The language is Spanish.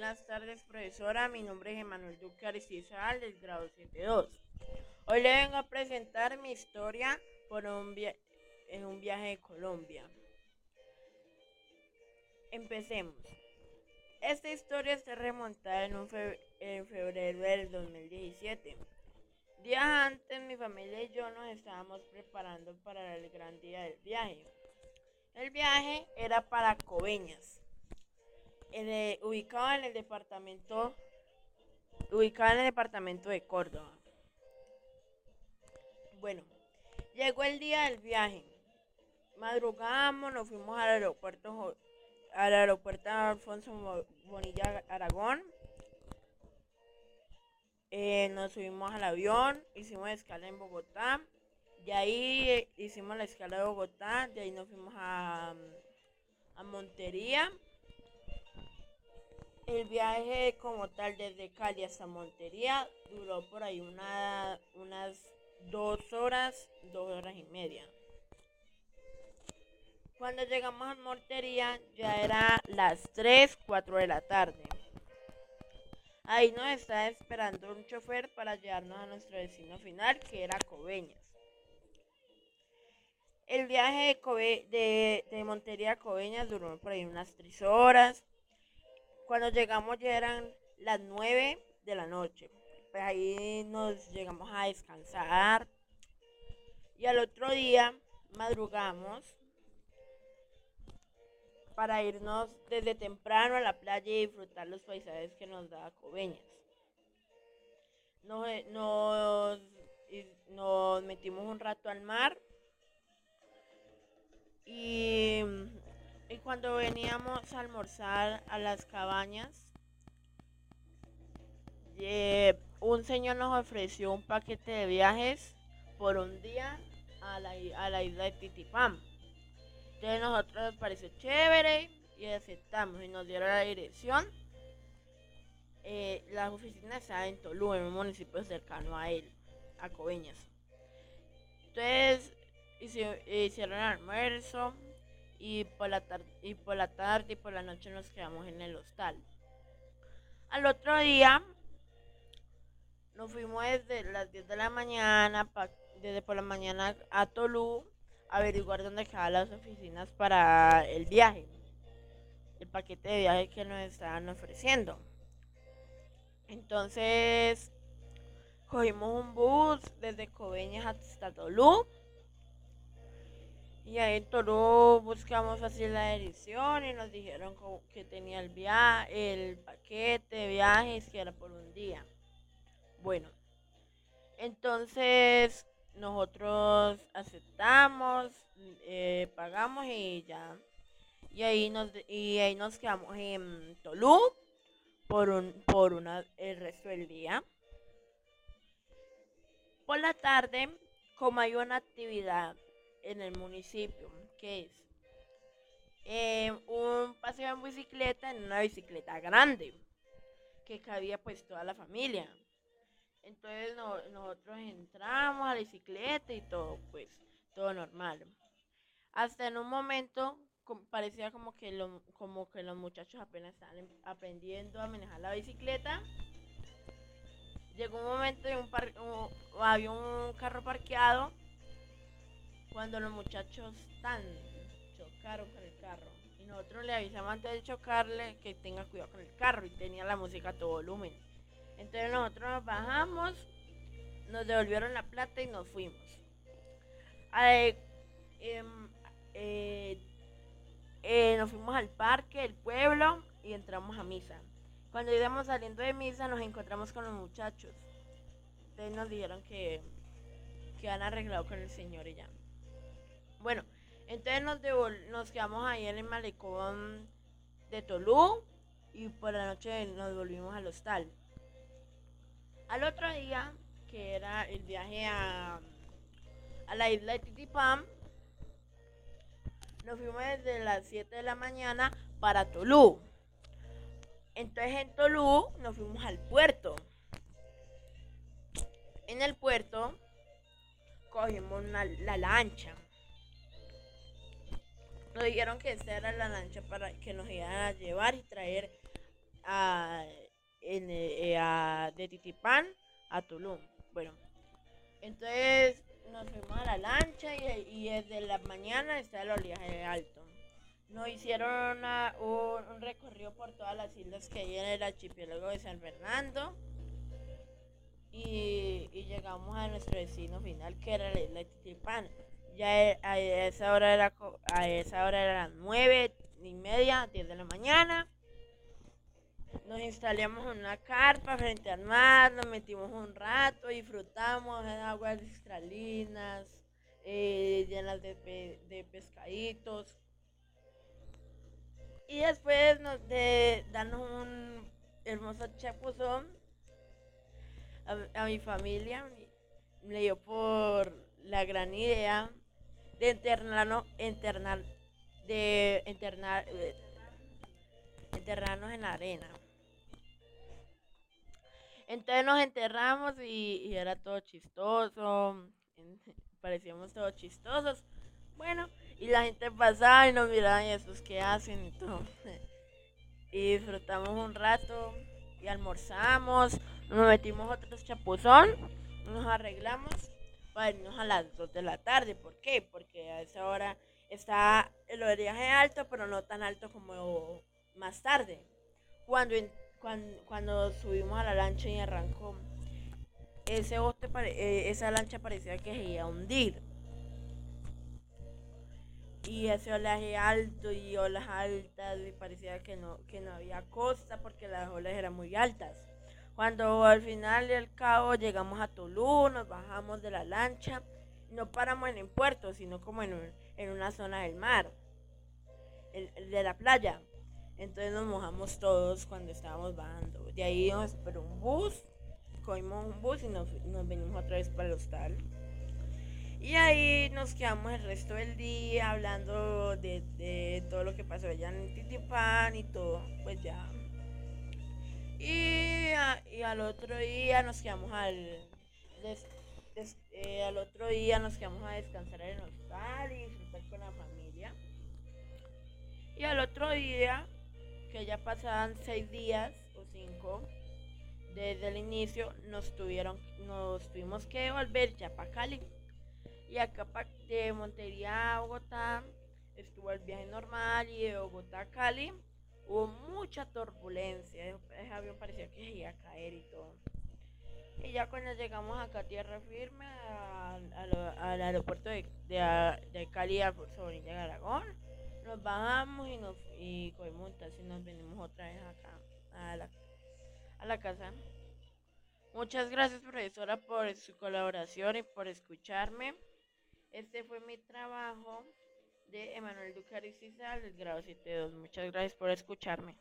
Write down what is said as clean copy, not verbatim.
buenas tardes, profesora. Mi nombre es Emanuel Duque Aristizal, del grado 7.2. Hoy le vengo a presentar mi historia en un viaje de Colombia. Empecemos. Esta historia está remontada en febrero del 2017. Días antes, mi familia y yo nos estábamos preparando para el gran día del viaje. El viaje era para Coveñas, ubicado en el departamento de Córdoba. Bueno, llegó el día del viaje. Madrugamos, nos fuimos al aeropuerto Alfonso Bonilla Aragón. Nos subimos al avión, hicimos escala en Bogotá. De ahí hicimos la escala de Bogotá, de ahí nos fuimos a Montería. El viaje como tal desde Cali hasta Montería duró por ahí unas 2 horas, 2 horas y media. Cuando llegamos a Montería ya era las 3, 4 de la tarde. Ahí nos estaba esperando un chofer para llevarnos a nuestro destino final, que era Coveñas. El viaje de Montería a Coveñas duró por ahí unas 3 horas. Cuando llegamos ya eran las 9 de la noche. Pues ahí nos llegamos a descansar. Y al otro día madrugamos para irnos desde temprano a la playa y disfrutar los paisajes que nos da Coveñas. Nos metimos un rato al mar y cuando veníamos a almorzar a las cabañas, un señor nos ofreció un paquete de viajes por un día a la isla de Titipán. Entonces a nosotros nos pareció chévere y aceptamos y nos dieron la dirección. La oficina estaba en Tolú, en un municipio cercano a él, a Coveñas. Entonces hicieron el almuerzo y por la tarde y por la noche nos quedamos en el hostal. Al otro día nos fuimos desde las 10 de la mañana, desde por la mañana a Tolú, a averiguar dónde quedaban las oficinas para el viaje, el paquete de viaje que nos estaban ofreciendo. Entonces cogimos un bus desde Coveñas hasta Tolú. Y ahí en Tolú buscamos así la dirección y nos dijeron que tenía el paquete de viajes que era por un día. Bueno, entonces nosotros aceptamos, pagamos y ya. Y ahí nos quedamos en Tolú el resto del día. Por la tarde, como hay una actividad en el municipio, que es un paseo en bicicleta, en una bicicleta grande, que cabía pues toda la familia. Entonces nosotros entramos a la bicicleta y todo, pues, todo normal. Hasta en un momento parecía como que los muchachos apenas estaban aprendiendo a manejar la bicicleta. Llegó un momento y había un carro parqueado cuando los muchachos chocaron con el carro. Y nosotros le avisamos antes de chocarle que tenga cuidado con el carro y tenía la música a todo volumen. Entonces nosotros nos bajamos, nos devolvieron la plata y nos fuimos. Nos fuimos al parque del pueblo y entramos a misa. Cuando íbamos saliendo de misa nos encontramos con los muchachos. Entonces nos dijeron que han arreglado con el señor y ya. Bueno, entonces nos quedamos ahí en el malecón de Tolú y por la noche nos volvimos al hostal. Al otro día, que era el viaje a la isla de Titipán, nos fuimos desde las 7 de la mañana para Tolú. Entonces en Tolú nos fuimos al puerto. En el puerto cogimos la lancha. Nos dijeron que esta era la lancha para que nos iban a llevar y traer a de Titipán a Tulum. Bueno, entonces nos fuimos a la lancha y desde la mañana está el oleaje alto. Nos hicieron un recorrido por todas las islas que hay en el archipiélago de San Fernando y llegamos a nuestro destino final que era la isla de Titipán. Ya a esa hora eran las 9:30, 10 de la mañana. Nos instalamos en una carpa frente al mar, nos metimos un rato, disfrutamos en aguas cristalinas, llenas de pescaditos. Y después de darnos un hermoso chapuzón a mi familia, me dio por la gran idea de enterrarnos en la arena. Entonces nos enterramos y era todo chistoso, parecíamos todos chistosos. Bueno, y la gente pasaba y nos miraba y esos que hacen y todo. Y disfrutamos un rato y almorzamos, nos metimos otro chapuzón, nos arreglamos para irnos a las 2 de la tarde. ¿Por qué? Porque a esa hora está el oleaje alto, pero no tan alto como más tarde. Cuando, cuando subimos a la lancha y arrancó, esa lancha parecía que se iba a hundir. Y ese oleaje alto y olas altas y parecía que no había costa porque las olas eran muy altas. Cuando al final y al cabo llegamos a Tulum, nos bajamos de la lancha, no paramos en el puerto, sino como en una zona del mar, de la playa. Entonces nos mojamos todos cuando estábamos bajando. De ahí nos esperó un bus, cogimos un bus y nos venimos otra vez para el hostal. Y ahí nos quedamos el resto del día hablando de todo lo que pasó allá en Titipán y todo, pues ya. Y al otro día nos quedamos al otro día nos quedamos a descansar en el hostal y disfrutar con la familia. Y al otro día, que ya pasaban 6 días o 5 desde el inicio, nos tuvimos que volver ya para Cali. Y acá de Montería a Bogotá estuvo el viaje normal y de Bogotá a Cali hubo mucha turbulencia. El avión parecía que se iba a caer y todo. Y ya cuando llegamos acá a tierra firme, al aeropuerto de Cali, a Sobrinilla de Aragón, nos bajamos y cogimos un taxi y nos venimos otra vez acá a la casa. Muchas gracias, profesora, por su colaboración y por escucharme. Este fue mi trabajo de Emanuel Ducari Cisal, del grado 7.2. Muchas gracias por escucharme.